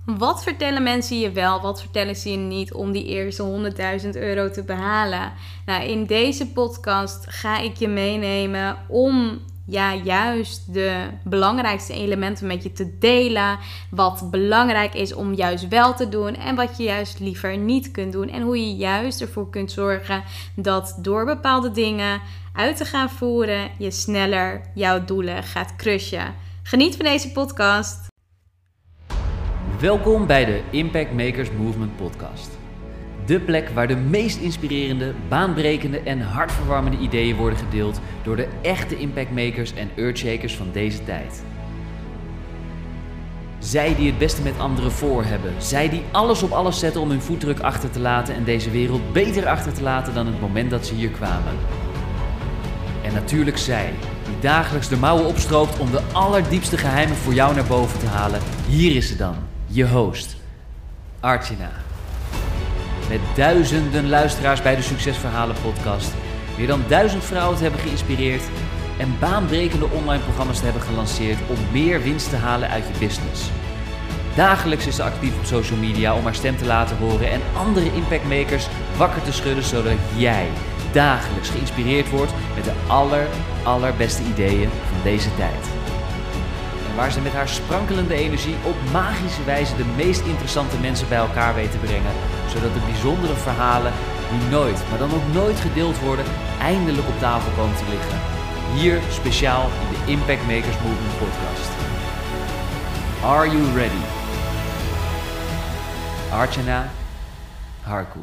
Wat vertellen mensen je wel, wat vertellen ze je niet om die eerste €100.000 te behalen? Nou, in deze podcast ga ik je meenemen om juist de belangrijkste elementen met je te delen. Wat belangrijk is om juist wel te doen en wat je juist liever niet kunt doen. En hoe je juist ervoor kunt zorgen dat door bepaalde dingen uit te gaan voeren, je sneller jouw doelen gaat crushen. Geniet van deze podcast. Welkom bij de Impact Makers Movement podcast. De plek waar de meest inspirerende, baanbrekende en hartverwarmende ideeën worden gedeeld door de echte impactmakers en earthshakers van deze tijd. Zij die het beste met anderen voor hebben. Zij die alles op alles zetten om hun voetdruk achter te laten en deze wereld beter achter te laten dan het moment dat ze hier kwamen. En natuurlijk zij, die dagelijks de mouwen opstroopt om de allerdiepste geheimen voor jou naar boven te halen. Hier is ze dan, je host, Archana. Met duizenden luisteraars bij de Succesverhalen podcast, meer dan 1000 vrouwen te hebben geïnspireerd en baanbrekende online programma's te hebben gelanceerd om meer winst te halen uit je business. Dagelijks is ze actief op social media om haar stem te laten horen en andere impactmakers wakker te schudden, zodat jij dagelijks geïnspireerd wordt met de allerbeste ideeën van deze tijd. En waar ze met haar sprankelende energie op magische wijze de meest interessante mensen bij elkaar weet te brengen, zodat de bijzondere verhalen die nooit, maar dan ook nooit gedeeld worden, eindelijk op tafel komen te liggen. Hier speciaal in de Impact Makers Movement podcast. Are you ready? Archana Harku.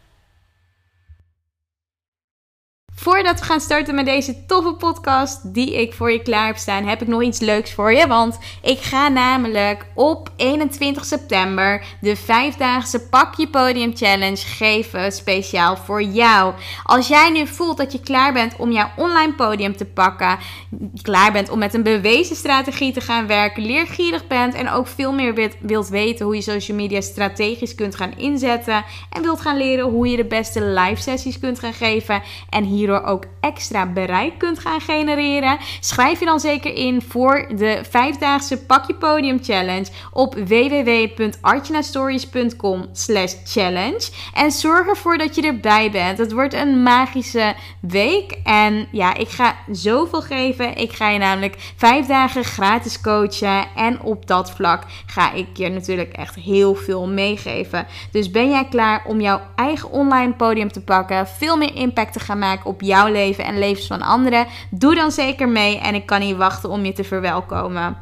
Voordat we gaan starten met deze toffe podcast die ik voor je klaar heb staan, heb ik nog iets leuks voor je. Want ik ga namelijk op 21 september de 5-daagse Pak Je Podium Challenge geven, speciaal voor jou. Als jij nu voelt dat je klaar bent om jouw online podium te pakken, klaar bent om met een bewezen strategie te gaan werken, leergierig bent en ook veel meer wilt weten hoe je social media strategisch kunt gaan inzetten en wilt gaan leren hoe je de beste live sessies kunt gaan geven en hierdoor ook extra bereik kunt gaan genereren, schrijf je dan zeker in voor de 5-daagse Pak Je Podium Challenge op www.archanastories.com/challenge en zorg ervoor dat je erbij bent. Het wordt een magische week en ik ga zoveel geven. Ik ga je namelijk 5 dagen gratis coachen en op dat vlak ga ik je natuurlijk echt heel veel meegeven. Dus ben jij klaar om jouw eigen online podium te pakken, veel meer impact te gaan maken op jouw leven en levens van anderen? Doe dan zeker mee en ik kan niet wachten om je te verwelkomen.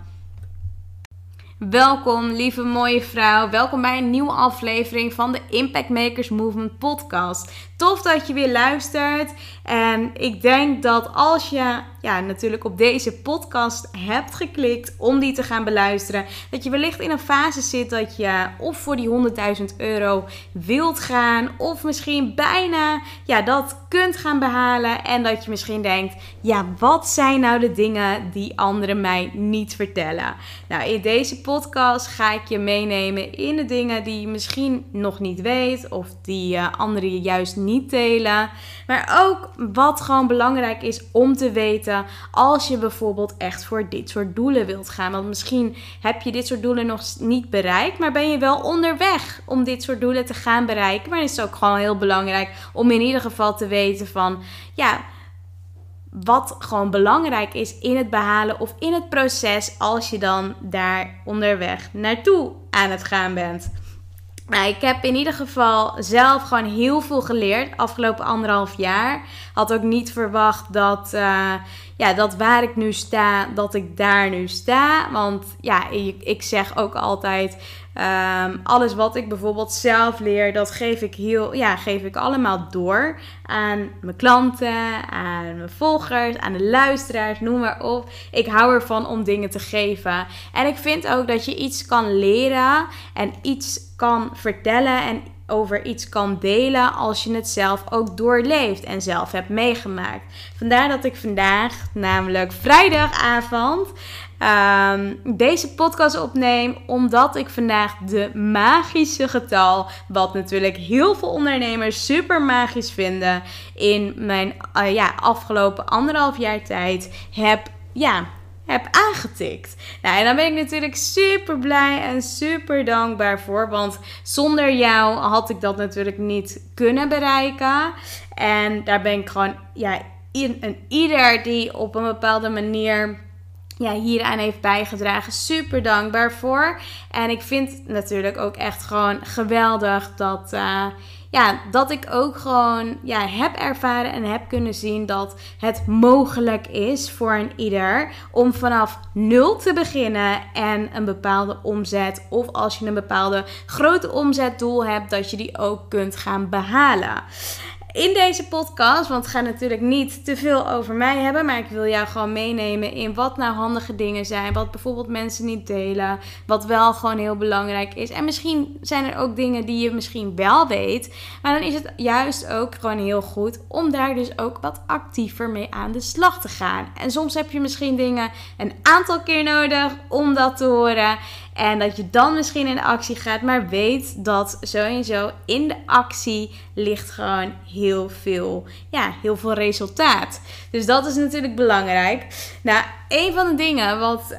Welkom lieve mooie vrouw, welkom bij een nieuwe aflevering van de Impact Makers Movement podcast. Tof dat je weer luistert en ik denk dat als je natuurlijk op deze podcast hebt geklikt om die te gaan beluisteren, dat je wellicht in een fase zit dat je of voor die €100.000 wilt gaan of misschien bijna dat kunt gaan behalen en dat je misschien denkt, wat zijn nou de dingen die anderen mij niet vertellen? Nou, in deze podcast ga ik je meenemen in de dingen die je misschien nog niet weet of die anderen je juist niet delen. Maar ook wat gewoon belangrijk is om te weten als je bijvoorbeeld echt voor dit soort doelen wilt gaan. Want misschien heb je dit soort doelen nog niet bereikt, maar ben je wel onderweg om dit soort doelen te gaan bereiken. Maar het is ook gewoon heel belangrijk om in ieder geval te weten van wat gewoon belangrijk is in het behalen of in het proces als je dan daar onderweg naartoe aan het gaan bent. Nou, ik heb in ieder geval zelf gewoon heel veel geleerd afgelopen 1,5 jaar. Had ook niet verwacht dat waar ik nu sta, dat ik daar nu sta. Want ik zeg ook altijd, alles wat ik bijvoorbeeld zelf leer, dat geef ik allemaal door aan mijn klanten, aan mijn volgers, aan de luisteraars, noem maar op. Ik hou ervan om dingen te geven. En ik vind ook dat je iets kan leren en iets kan vertellen en over iets kan delen als je het zelf ook doorleeft en zelf hebt meegemaakt. Vandaar dat ik vandaag, namelijk vrijdagavond, deze podcast opneem, omdat ik vandaag de magische getal, wat natuurlijk heel veel ondernemers super magisch vinden, in mijn afgelopen 1,5 jaar tijd heb heb aangetikt. Nou, en daar ben ik natuurlijk super blij en super dankbaar voor. Want zonder jou had ik dat natuurlijk niet kunnen bereiken. En daar ben ik gewoon, ieder die op een bepaalde manier hieraan heeft bijgedragen, super dankbaar voor. En ik vind natuurlijk ook echt gewoon geweldig dat ik ook gewoon heb ervaren en heb kunnen zien dat het mogelijk is voor een ieder om vanaf 0 te beginnen en een bepaalde omzet, of als je een bepaalde grote omzetdoel hebt, dat je die ook kunt gaan behalen. In deze podcast, want het gaat natuurlijk niet te veel over mij hebben, maar ik wil jou gewoon meenemen in wat nou handige dingen zijn, wat bijvoorbeeld mensen niet delen, wat wel gewoon heel belangrijk is. En misschien zijn er ook dingen die je misschien wel weet, maar dan is het juist ook gewoon heel goed om daar dus ook wat actiever mee aan de slag te gaan. En soms heb je misschien dingen een aantal keer nodig om dat te horen. En dat je dan misschien in de actie gaat. Maar weet dat sowieso in de actie ligt gewoon heel veel resultaat. Dus dat is natuurlijk belangrijk. Nou, een van de dingen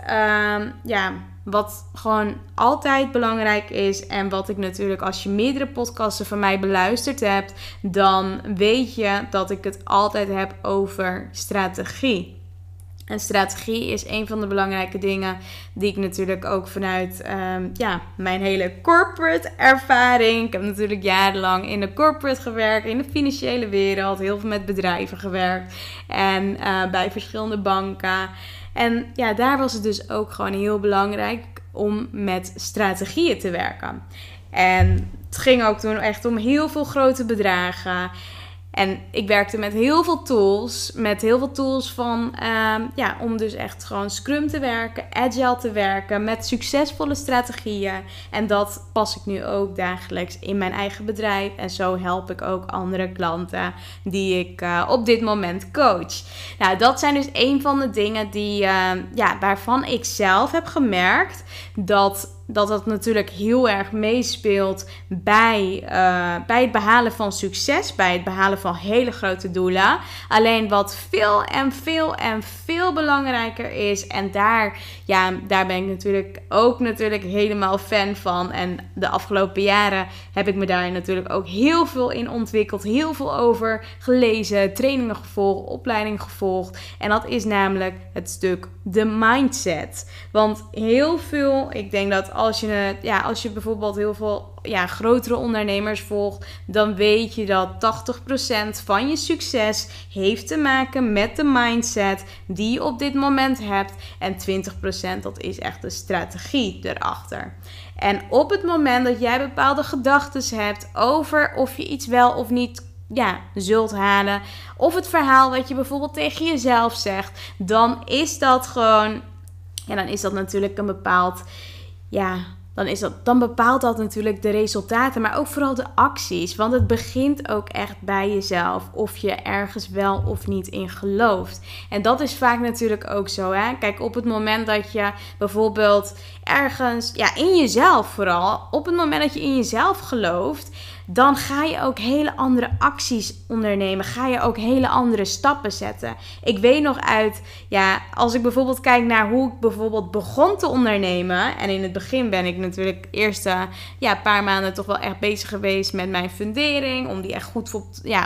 wat gewoon altijd belangrijk is. En wat ik natuurlijk, als je meerdere podcasten van mij beluisterd hebt, dan weet je dat ik het altijd heb over strategie. En strategie is een van de belangrijke dingen die ik natuurlijk ook vanuit mijn hele corporate ervaring. Ik heb natuurlijk jarenlang in de corporate gewerkt, in de financiële wereld, heel veel met bedrijven gewerkt en bij verschillende banken. En daar was het dus ook gewoon heel belangrijk om met strategieën te werken. En het ging ook toen echt om heel veel grote bedragen. En ik werkte met heel veel tools van, om dus echt gewoon Scrum te werken, Agile te werken, met succesvolle strategieën. En dat pas ik nu ook dagelijks in mijn eigen bedrijf. En zo help ik ook andere klanten die ik op dit moment coach. Nou, dat zijn dus een van de dingen die, waarvan ik zelf heb gemerkt dat natuurlijk heel erg meespeelt bij het behalen van succes, bij het behalen van hele grote doelen. Alleen wat veel belangrijker is, en daar ben ik natuurlijk helemaal fan van. En de afgelopen jaren heb ik me daar natuurlijk ook heel veel in ontwikkeld, heel veel over gelezen, trainingen gevolgd, opleidingen gevolgd. En dat is namelijk het stuk de mindset. Want heel veel, ik denk dat als je bijvoorbeeld heel veel grotere ondernemers volgt, dan weet je dat 80% van je succes heeft te maken met de mindset die je op dit moment hebt. En 20% dat is echt de strategie erachter. En op het moment dat jij bepaalde gedachten hebt over of je iets wel of niet zult halen, of het verhaal wat je bijvoorbeeld tegen jezelf zegt, dan is dat gewoon, dan is dat natuurlijk een bepaald, dan bepaalt dat natuurlijk de resultaten, maar ook vooral de acties. Want het begint ook echt bij jezelf, of je ergens wel of niet in gelooft. En dat is vaak natuurlijk ook zo, hè. Kijk, op het moment dat je bijvoorbeeld ergens, in jezelf vooral, op het moment dat je in jezelf gelooft, dan ga je ook hele andere acties ondernemen. Ga je ook hele andere stappen zetten. Ik weet nog als ik bijvoorbeeld kijk naar hoe ik bijvoorbeeld begon te ondernemen. En in het begin ben ik natuurlijk eerst een paar maanden toch wel echt bezig geweest met mijn fundering. Om die echt goed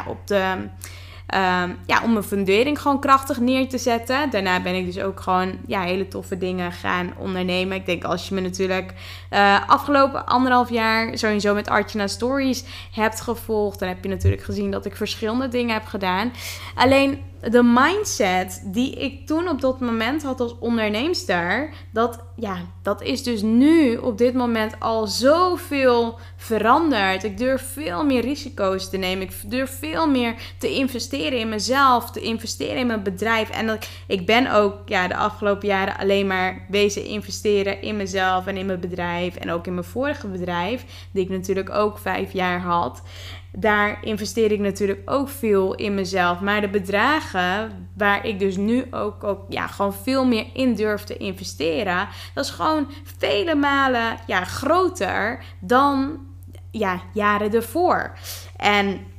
om mijn fundering gewoon krachtig neer te zetten. Daarna ben ik dus ook gewoon hele toffe dingen gaan ondernemen. Ik denk als je me natuurlijk afgelopen 1,5 jaar sowieso met Artjana Stories hebt gevolgd, dan heb je natuurlijk gezien dat ik verschillende dingen heb gedaan. Alleen de mindset die ik toen op dat moment had als onderneemster, dat is dus nu op dit moment al zoveel veranderd. Ik durf veel meer risico's te nemen. Ik durf veel meer te investeren in mezelf, te investeren in mijn bedrijf. En ik ben ook de afgelopen jaren alleen maar wezen investeren in mezelf en in mijn bedrijf. En ook in mijn vorige bedrijf, die ik natuurlijk ook 5 jaar had. Daar investeer ik natuurlijk ook veel in mezelf. Maar de bedragen waar ik dus nu ook gewoon veel meer in durf te investeren, dat is gewoon vele malen groter dan jaren ervoor. En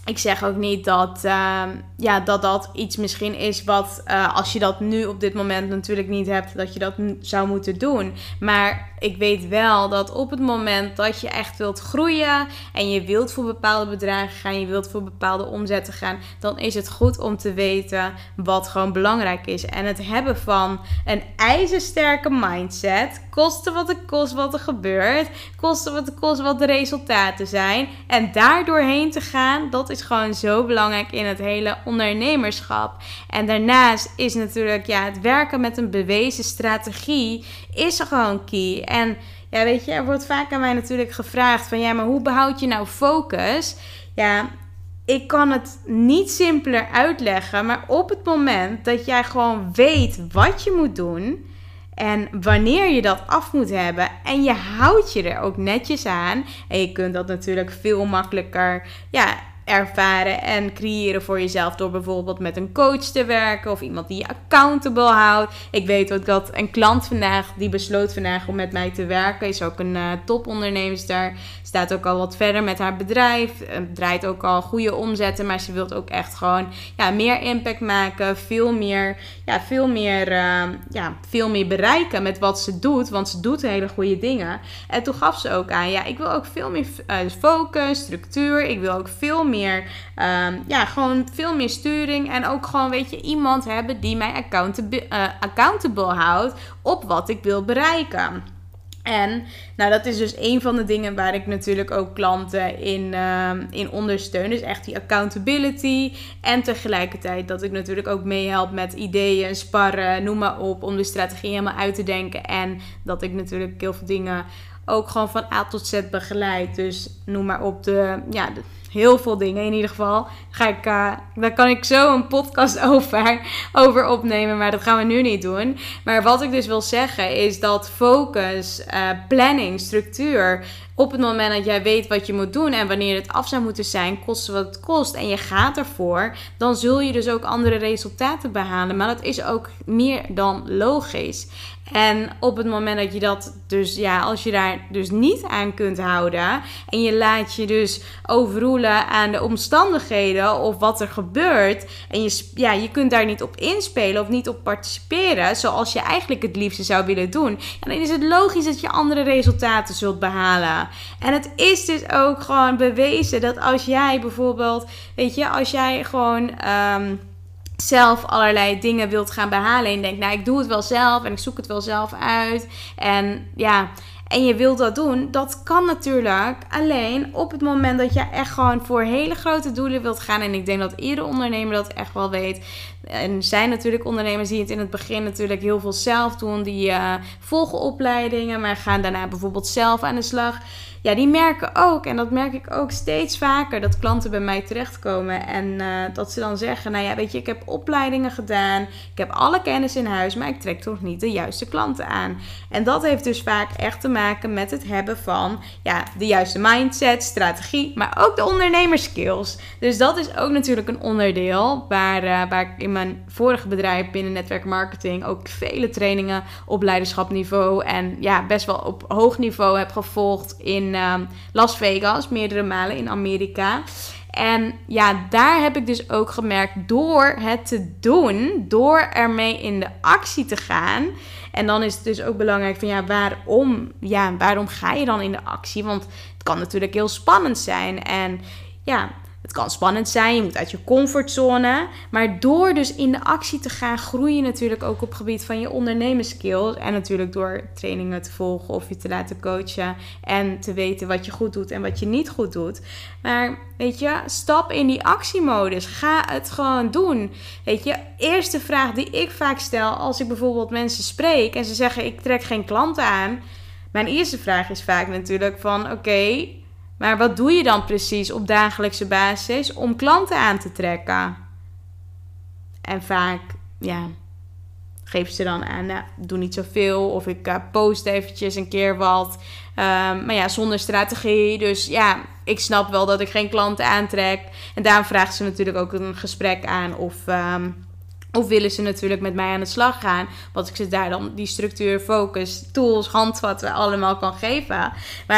Ik zeg ook niet dat iets misschien is wat, als je dat nu op dit moment natuurlijk niet hebt, dat je dat zou moeten doen. Maar ik weet wel dat op het moment dat je echt wilt groeien en je wilt voor bepaalde bedragen gaan, je wilt voor bepaalde omzetten gaan, dan is het goed om te weten wat gewoon belangrijk is. En het hebben van een ijzersterke mindset, koste wat het kost wat er gebeurt, koste wat het kost wat de resultaten zijn. En daardoorheen te gaan, dat is gewoon zo belangrijk in het hele ondernemerschap. En daarnaast is natuurlijk het werken met een bewezen strategie is gewoon key. En ja, weet je, er wordt vaak aan mij natuurlijk gevraagd van maar hoe behoud je nou focus? Ja, ik kan het niet simpeler uitleggen, maar op het moment dat jij gewoon weet wat je moet doen en wanneer je dat af moet hebben en je houdt je er ook netjes aan en je kunt dat natuurlijk veel makkelijker ervaren en creëren voor jezelf door bijvoorbeeld met een coach te werken of iemand die je accountable houdt. Ik weet ook dat een klant vandaag, die besloot vandaag om met mij te werken, is ook een toponderneemster, staat ook al wat verder met haar bedrijf, draait ook al goede omzetten, maar ze wil ook echt gewoon meer impact maken, veel meer bereiken met wat ze doet, want ze doet hele goede dingen. En toen gaf ze ook aan, ik wil ook veel meer focus, structuur, ik wil ook veel meer gewoon veel meer sturing en ook gewoon iemand hebben die mij accountable houdt op wat ik wil bereiken. En dat is dus een van de dingen waar ik natuurlijk ook klanten in ondersteun. Dus echt die accountability. En tegelijkertijd dat ik natuurlijk ook meehelp met ideeën, sparren, noem maar op. Om de strategie helemaal uit te denken. En dat ik natuurlijk heel veel dingen ook gewoon van A tot Z begeleid. Dus noem maar op heel veel dingen in ieder geval. Daar kan ik zo een podcast over opnemen, maar dat gaan we nu niet doen. Maar wat ik dus wil zeggen is dat focus, planning, structuur, op het moment dat jij weet wat je moet doen en wanneer het af zou moeten zijn, koste wat het kost en je gaat ervoor, dan zul je dus ook andere resultaten behalen. Maar dat is ook meer dan logisch. En op het moment dat je dat dus, als je daar dus niet aan kunt houden en je laat je dus overroelen aan de omstandigheden of wat er gebeurt en je kunt daar niet op inspelen of niet op participeren zoals je eigenlijk het liefste zou willen doen, dan is het logisch dat je andere resultaten zult behalen. En het is dus ook gewoon bewezen dat als jij bijvoorbeeld, als jij gewoon zelf allerlei dingen wilt gaan behalen en je denkt, ik doe het wel zelf en ik zoek het wel zelf uit en je wilt dat doen, dat kan natuurlijk alleen op het moment dat je echt gewoon voor hele grote doelen wilt gaan. En ik denk dat iedere ondernemer dat echt wel weet. En er zijn natuurlijk ondernemers die het in het begin natuurlijk heel veel zelf doen. Die volgen opleidingen, maar gaan daarna bijvoorbeeld zelf aan de slag. Ja, die merken ook, en dat merk ik ook steeds vaker, dat klanten bij mij terechtkomen en dat ze dan zeggen, ik heb opleidingen gedaan, ik heb alle kennis in huis, maar ik trek toch niet de juiste klanten aan. En dat heeft dus vaak echt te maken met het hebben van de juiste mindset, strategie, maar ook de ondernemerskills. Dus dat is ook natuurlijk een onderdeel waar ik in mijn vorige bedrijf binnen netwerkmarketing ook vele trainingen op leiderschapniveau en best wel op hoog niveau heb gevolgd in Las Vegas, meerdere malen in Amerika. En daar heb ik dus ook gemerkt, door het te doen, door ermee in de actie te gaan. En dan is het dus ook belangrijk van waarom ga je dan in de actie? Want het kan natuurlijk heel spannend zijn. En het kan spannend zijn, je moet uit je comfortzone. Maar door dus in de actie te gaan, groei je natuurlijk ook op het gebied van je ondernemerskills. En natuurlijk door trainingen te volgen of je te laten coachen. En te weten wat je goed doet en wat je niet goed doet. Maar stap in die actiemodus. Ga het gewoon doen. Eerste vraag die ik vaak stel als ik bijvoorbeeld mensen spreek en ze zeggen ik trek geen klanten aan. Mijn eerste vraag is vaak natuurlijk van oké, maar wat doe je dan precies op dagelijkse basis om klanten aan te trekken? En vaak, geven ze dan aan, doe niet zoveel. Of ik post eventjes een keer wat. Maar zonder strategie. Dus ik snap wel dat ik geen klanten aantrek. En daarom vragen ze natuurlijk ook een gesprek aan. Of willen ze natuurlijk met mij aan de slag gaan. Wat ik ze daar dan die structuur, focus, tools, handvatten allemaal kan geven. Maar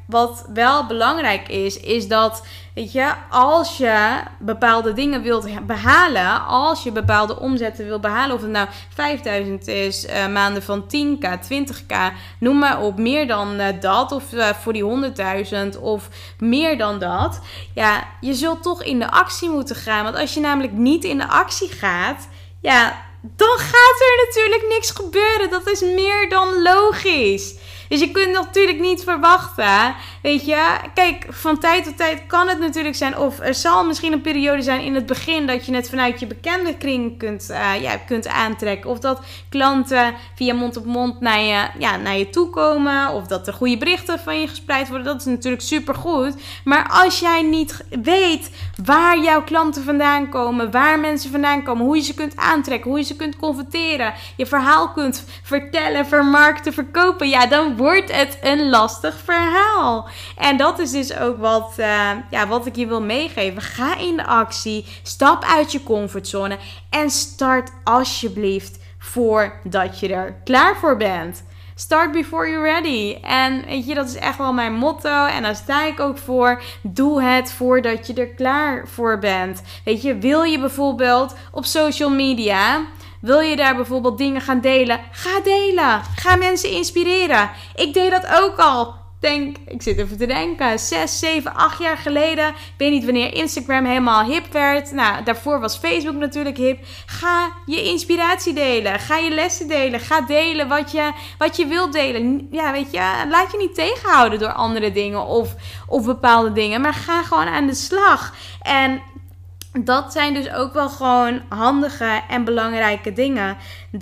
wat wel belangrijk is dat, weet je, als je bepaalde dingen wilt behalen, als je bepaalde omzetten wilt behalen, of het nou 5000 is, maanden van 10k, 20k, noem maar op, meer dan dat, of voor die 100.000 of meer dan dat. Ja, je zult toch in de actie moeten gaan. Want als je namelijk niet in de actie gaat, ja, dan gaat er natuurlijk niks gebeuren. Dat is meer dan logisch. Dus je kunt natuurlijk niet verwachten, weet je. Kijk, van tijd tot tijd kan het natuurlijk zijn, of er zal misschien een periode zijn in het begin dat je het vanuit je bekende kring kunt aantrekken. Of dat klanten via mond op mond naar je toe komen. Of dat er goede berichten van je gespreid worden. Dat is natuurlijk supergoed. Maar als jij niet weet waar jouw klanten vandaan komen, waar mensen vandaan komen, hoe je ze kunt aantrekken, hoe je ze kunt converteren, je verhaal kunt vertellen, vermarkten, verkopen, ja, dan wordt het een lastig verhaal. En dat is dus ook wat ik je wil meegeven. Ga in de actie, stap uit je comfortzone en start alsjeblieft voordat je er klaar voor bent. Start before you're ready. En weet je, dat is echt wel mijn motto. En daar sta ik ook voor. Doe het voordat je er klaar voor bent. Weet je, wil je bijvoorbeeld op social media, wil je daar bijvoorbeeld dingen gaan delen? Ga delen. Ga mensen inspireren. Ik deed dat ook al. Ik zit even te denken, 6, 7, 8 jaar geleden. Ik weet niet wanneer Instagram helemaal hip werd. Nou, daarvoor was Facebook natuurlijk hip. Ga je inspiratie delen. Ga je lessen delen. Ga delen wat je wilt delen. Ja, weet je, laat je niet tegenhouden door andere dingen of bepaalde dingen. Maar ga gewoon aan de slag. En dat zijn dus ook wel gewoon handige en belangrijke dingen.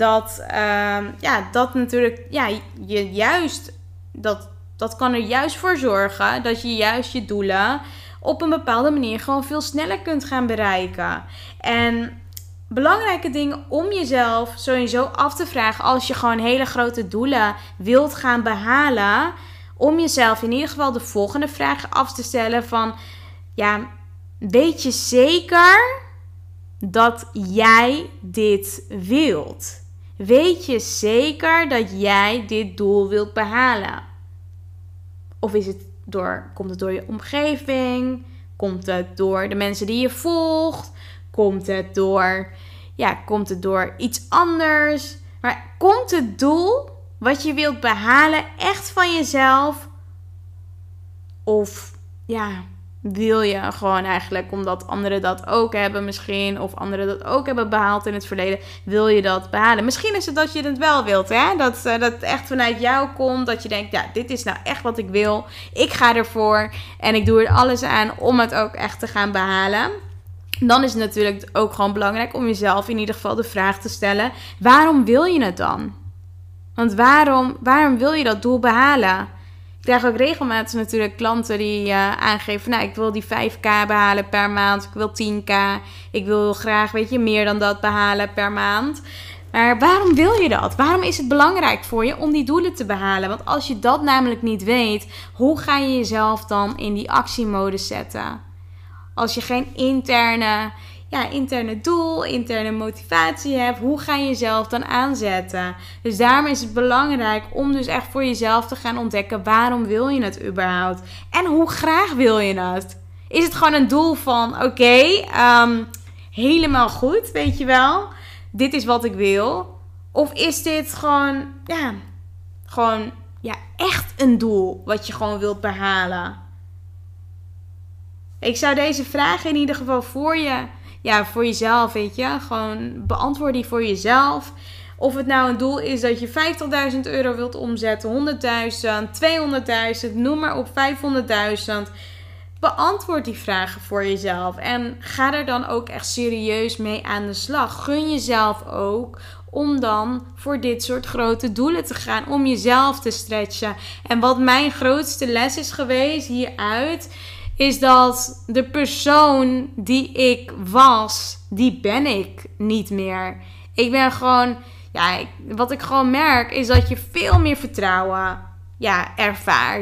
Dat natuurlijk, dat kan er juist voor zorgen dat je juist je doelen op een bepaalde manier gewoon veel sneller kunt gaan bereiken. En belangrijke dingen om jezelf sowieso af te vragen als je gewoon hele grote doelen wilt gaan behalen. Om jezelf in ieder geval de volgende vraag af te stellen van, ja, weet je zeker dat jij dit wilt? Weet je zeker dat jij dit doel wilt behalen? Of komt het door je omgeving? Komt het door de mensen die je volgt? Komt het door iets anders? Maar komt het doel wat je wilt behalen echt van jezelf? Of wil je gewoon eigenlijk, omdat anderen dat ook hebben misschien, of anderen dat ook hebben behaald in het verleden, wil je dat behalen? Misschien is het dat je het wel wilt, hè? Dat het echt vanuit jou komt, dat je denkt, ja, dit is nou echt wat ik wil. Ik ga ervoor en ik doe er alles aan om het ook echt te gaan behalen. Dan is het natuurlijk ook gewoon belangrijk om jezelf in ieder geval de vraag te stellen, waarom wil je het dan? Want waarom wil je dat doel behalen? Ik krijg ook regelmatig natuurlijk klanten die aangeven, nou, ik wil die 5k behalen per maand, ik wil 10k, ik wil graag, meer dan dat behalen per maand. Maar waarom wil je dat? Waarom is het belangrijk voor je om die doelen te behalen? Want als je dat namelijk niet weet, hoe ga je jezelf dan in die actiemodus zetten? Als je geen interne doel, interne motivatie hebt, hoe ga je jezelf dan aanzetten? Dus daarom is het belangrijk om dus echt voor jezelf te gaan ontdekken, waarom wil je het überhaupt? En hoe graag wil je het? Is het gewoon een doel van, oké, helemaal goed, weet je wel? Dit is wat ik wil. Of is dit gewoon echt een doel wat je gewoon wilt behalen? Ik zou deze vragen in ieder geval voor jezelf, weet je. Gewoon beantwoord die voor jezelf. Of het nou een doel is dat je 50.000 euro wilt omzetten, 100.000, 200.000, noem maar op, 500.000. Beantwoord die vragen voor jezelf. En ga er dan ook echt serieus mee aan de slag. Gun jezelf ook om dan voor dit soort grote doelen te gaan. Om jezelf te stretchen. En wat mijn grootste les is geweest hieruit, is dat de persoon die ik was, die ben ik niet meer. Ik ben gewoon, wat ik gewoon merk is dat je veel meer vertrouwen ervaart.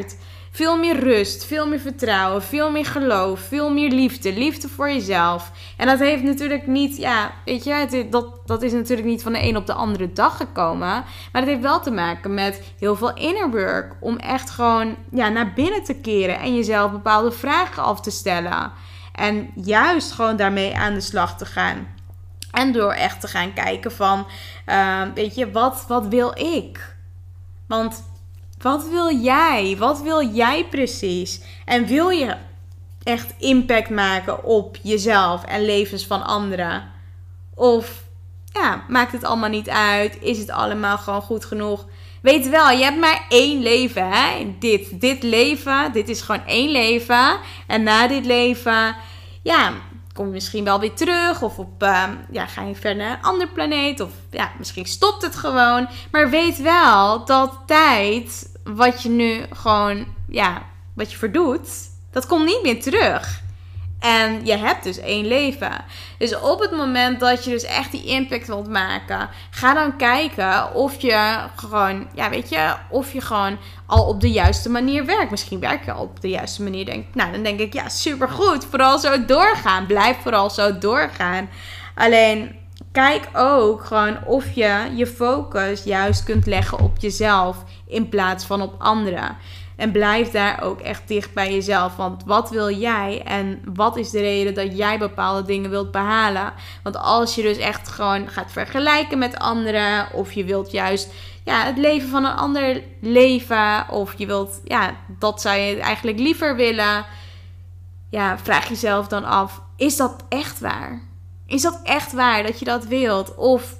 Veel meer rust, veel meer vertrouwen, veel meer geloof, veel meer liefde. Liefde voor jezelf. En dat heeft natuurlijk niet, ja, weet je, dat is natuurlijk niet van de een op de andere dag gekomen. Maar dat heeft wel te maken met heel veel inner work. Om echt gewoon naar binnen te keren en jezelf bepaalde vragen af te stellen. En juist gewoon daarmee aan de slag te gaan. En door echt te gaan kijken van, weet je, wat wil ik? Want wat wil jij? Wat wil jij precies? En wil je echt impact maken op jezelf en levens van anderen? Of maakt het allemaal niet uit? Is het allemaal gewoon goed genoeg? Weet wel, je hebt maar 1 leven. Hè? Dit leven, dit is gewoon 1 leven. En na dit leven, kom je misschien wel weer terug. Of ga je verder naar een ander planeet. Of misschien stopt het gewoon. Maar weet wel dat tijd, wat je nu gewoon, wat je verdoet, dat komt niet meer terug. En je hebt dus 1 leven. Dus op het moment dat je dus echt die impact wilt maken, ga dan kijken of je gewoon, of je gewoon al op de juiste manier werkt. Misschien werk je al op de juiste manier. Dan denk ik, supergoed. Vooral zo doorgaan. Blijf vooral zo doorgaan. Alleen, kijk ook gewoon of je je focus juist kunt leggen op jezelf in plaats van op anderen. En blijf daar ook echt dicht bij jezelf. Want wat wil jij? En wat is de reden dat jij bepaalde dingen wilt behalen? Want als je dus echt gewoon gaat vergelijken met anderen. Of je wilt juist het leven van een ander leven. Of je wilt, dat zou je eigenlijk liever willen. Vraag jezelf dan af. Is dat echt waar? Is dat echt waar dat je dat wilt? Of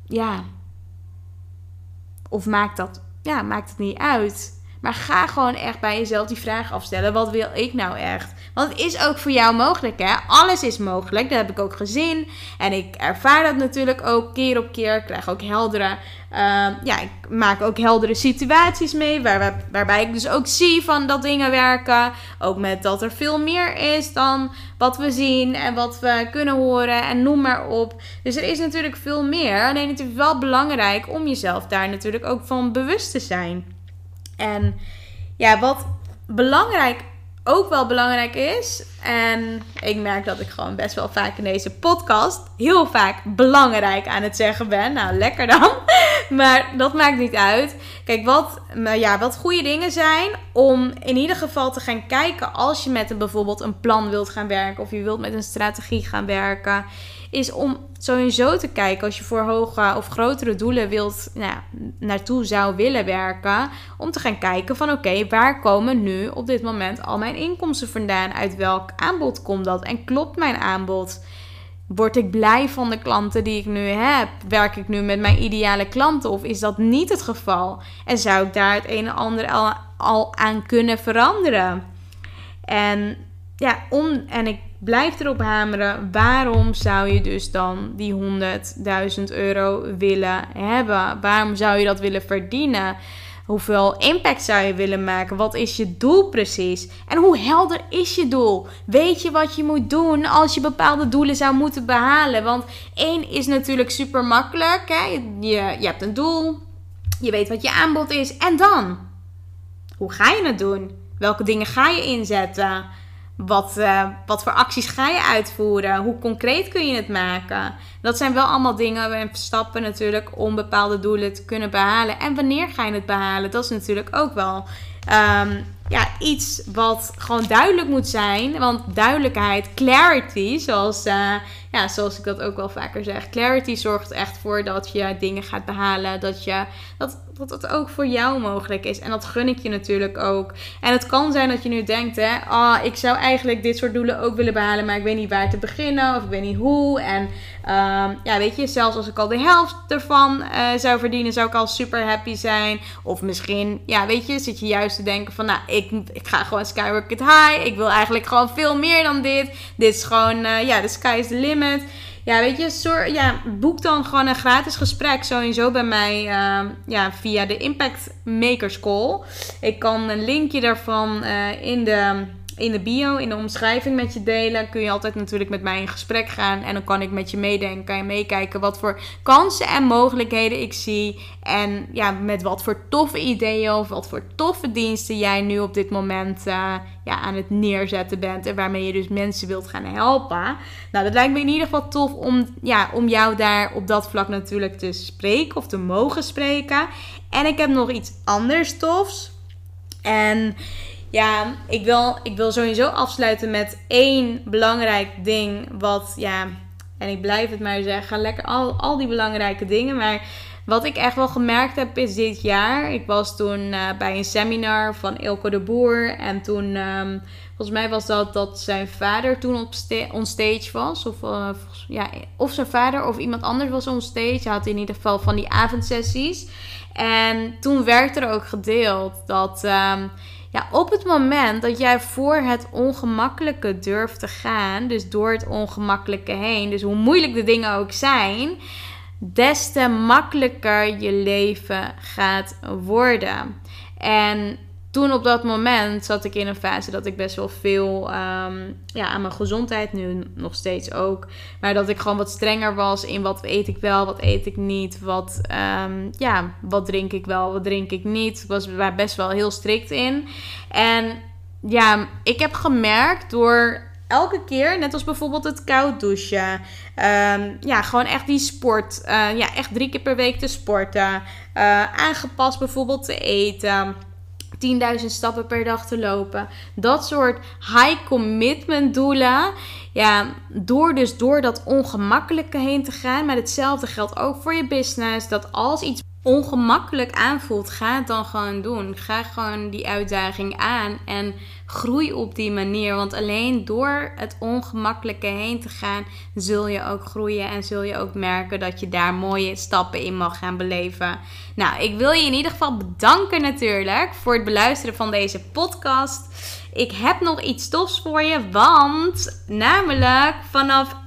maakt het niet uit? Maar ga gewoon echt bij jezelf die vraag afstellen. Wat wil ik nou echt? Want het is ook voor jou mogelijk, hè? Alles is mogelijk. Dat heb ik ook gezien. En ik ervaar dat natuurlijk ook keer op keer. Ik krijg ook ik maak ook heldere situaties mee. Waarbij ik dus ook zie van dat dingen werken. Ook met dat er veel meer is dan wat we zien en wat we kunnen horen. En noem maar op. Dus er is natuurlijk veel meer. Alleen het is wel belangrijk om jezelf daar natuurlijk ook van bewust te zijn. En wat ook wel belangrijk is. En ik merk dat ik gewoon best wel vaak in deze podcast heel vaak belangrijk aan het zeggen ben. Nou, lekker dan. Maar dat maakt niet uit. Kijk, wat goede dingen zijn om in ieder geval te gaan kijken als je met bijvoorbeeld een plan wilt gaan werken. Of je wilt met een strategie gaan werken. Is om sowieso te kijken als je voor hoge of grotere doelen naartoe zou willen werken. Om te gaan kijken van oké, waar komen nu op dit moment al mijn inkomsten vandaan? Uit welk aanbod komt dat? En klopt mijn aanbod? Word ik blij van de klanten die ik nu heb? Werk ik nu met mijn ideale klanten? Of is dat niet het geval? En zou ik daar het een en ander al aan kunnen veranderen? En ik blijf erop hameren. Waarom zou je dus dan die 100.000 euro willen hebben? Waarom zou je dat willen verdienen? Hoeveel impact zou je willen maken? Wat is je doel precies? En hoe helder is je doel? Weet je wat je moet doen als je bepaalde doelen zou moeten behalen? Want 1 is natuurlijk super makkelijk. Hè? Je hebt een doel. Je weet wat je aanbod is. En dan? Hoe ga je het doen? Welke dingen ga je inzetten? Wat voor acties ga je uitvoeren? Hoe concreet kun je het maken? Dat zijn wel allemaal dingen en stappen natuurlijk om bepaalde doelen te kunnen behalen. En wanneer ga je het behalen? Dat is natuurlijk ook wel iets wat gewoon duidelijk moet zijn. Want duidelijkheid, clarity, zoals ik dat ook wel vaker zeg. Clarity zorgt echt voor dat je dingen gaat behalen. Dat het ook voor jou mogelijk is. En dat gun ik je natuurlijk ook. En het kan zijn dat je nu denkt, ik zou eigenlijk dit soort doelen ook willen behalen, maar ik weet niet waar te beginnen of ik weet niet hoe. En weet je, zelfs als ik al de helft ervan zou verdienen, zou ik al super happy zijn. Of misschien, zit je juist te denken van, ik ga gewoon skyrocket high. Ik wil eigenlijk gewoon veel meer dan dit. Dit is gewoon, the sky is the limit. Ja, weet je, boek dan gewoon een gratis gesprek sowieso bij mij via de Impact Makers Call. Ik kan een linkje daarvan in in de bio, in de omschrijving met je delen. Kun je altijd natuurlijk met mij in gesprek gaan. En dan kan ik met je meedenken en meekijken wat voor kansen en mogelijkheden ik zie. En ja, met wat voor toffe ideeën of wat voor toffe diensten jij nu op dit moment aan het neerzetten bent. En waarmee je dus mensen wilt gaan helpen. Nou, dat lijkt me in ieder geval tof om jou daar op dat vlak natuurlijk te spreken of te mogen spreken. En ik heb nog iets anders tofs. En ja, ik wil sowieso afsluiten met 1 belangrijk ding. En ik blijf het maar zeggen, lekker al die belangrijke dingen. Maar wat ik echt wel gemerkt heb is dit jaar. Ik was toen bij een seminar van Eelco de Boer. En toen, volgens mij was dat zijn vader toen on stage was. Of zijn vader of iemand anders was on stage. Hij had in ieder geval van die avondsessies. En toen werd er ook gedeeld dat op het moment dat jij voor het ongemakkelijke durft te gaan, dus door het ongemakkelijke heen, dus hoe moeilijk de dingen ook zijn, des te makkelijker je leven gaat worden. En toen op dat moment zat ik in een fase dat ik best wel veel aan mijn gezondheid, nu nog steeds ook, maar dat ik gewoon wat strenger was in wat eet ik wel, wat eet ik niet, wat drink ik wel, wat drink ik niet. Ik was daar best wel heel strikt in. En ja, ik heb gemerkt door elke keer, net als bijvoorbeeld het koud douchen, gewoon echt die sport, echt 3 keer per week te sporten, aangepast bijvoorbeeld te eten, 10.000 stappen per dag te lopen. Dat soort high commitment doelen. Ja, door dat ongemakkelijke heen te gaan. Maar hetzelfde geldt ook voor je business. Dat als iets ongemakkelijk aanvoelt, ga het dan gewoon doen. Ga gewoon die uitdaging aan en groei op die manier. Want alleen door het ongemakkelijke heen te gaan, zul je ook groeien en zul je ook merken dat je daar mooie stappen in mag gaan beleven. Nou, ik wil je in ieder geval bedanken natuurlijk voor het beluisteren van deze podcast. Ik heb nog iets tofs voor je, want namelijk vanaf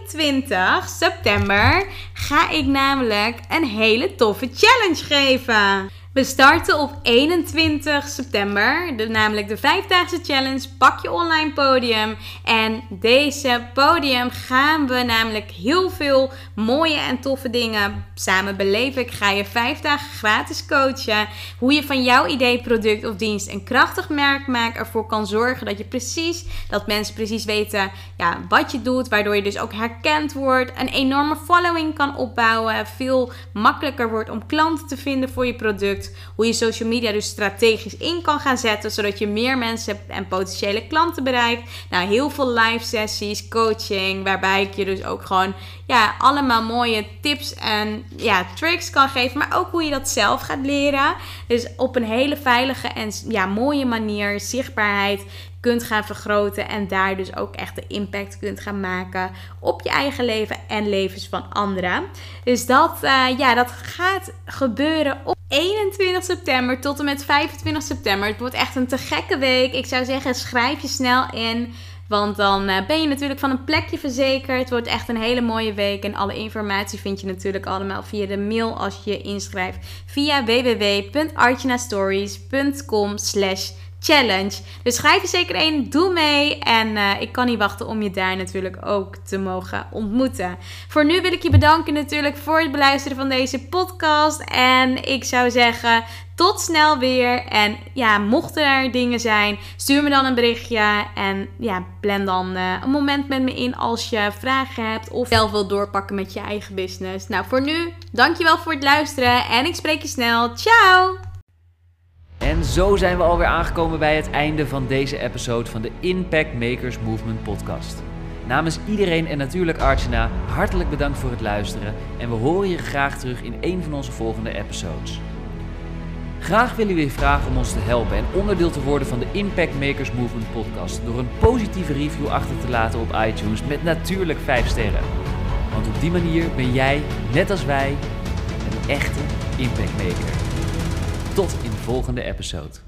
21 september ga ik namelijk een hele toffe challenge geven. We starten op 21 september, namelijk de 5-daagse challenge Pak je online podium. En deze podium gaan we namelijk heel veel mooie en toffe dingen samen beleven. Ik ga je 5 dagen gratis coachen. Hoe je van jouw idee, product of dienst een krachtig merk maakt. Ervoor kan zorgen dat mensen precies weten wat je doet. Waardoor je dus ook herkend wordt. Een enorme following kan opbouwen. Veel makkelijker wordt om klanten te vinden voor je product. Hoe je social media dus strategisch in kan gaan zetten, zodat je meer mensen en potentiële klanten bereikt. Nou, heel veel live sessies, coaching, waarbij ik je dus ook gewoon allemaal mooie tips en tricks kan geven. Maar ook hoe je dat zelf gaat leren. Dus op een hele veilige en mooie manier zichtbaarheid kunt gaan vergroten en daar dus ook echt de impact kunt gaan maken op je eigen leven en levens van anderen. Dus dat gaat gebeuren op 21 september tot en met 25 september. Het wordt echt een te gekke week. Ik zou zeggen, schrijf je snel in. Want dan ben je natuurlijk van een plekje verzekerd. Het wordt echt een hele mooie week. En alle informatie vind je natuurlijk allemaal via de mail als je je inschrijft. Via www.archanastories.com/challenge. Dus schrijf je zeker in, doe mee. En ik kan niet wachten om je daar natuurlijk ook te mogen ontmoeten. Voor nu wil ik je bedanken natuurlijk voor het beluisteren van deze podcast. En ik zou zeggen, tot snel weer. En mochten er dingen zijn, stuur me dan een berichtje. En plan dan een moment met me in als je vragen hebt of zelf wilt doorpakken met je eigen business. Nou, voor nu, dankjewel voor het luisteren. En ik spreek je snel. Ciao! En zo zijn we alweer aangekomen bij het einde van deze episode van de Impact Makers Movement podcast. Namens iedereen en natuurlijk Archana, hartelijk bedankt voor het luisteren. En we horen je graag terug in een van onze volgende episodes. Graag willen we je vragen om ons te helpen en onderdeel te worden van de Impact Makers Movement podcast. Door een positieve review achter te laten op iTunes met natuurlijk 5 sterren. Want op die manier ben jij, net als wij, een echte Impact Maker. Tot in de volgende episode.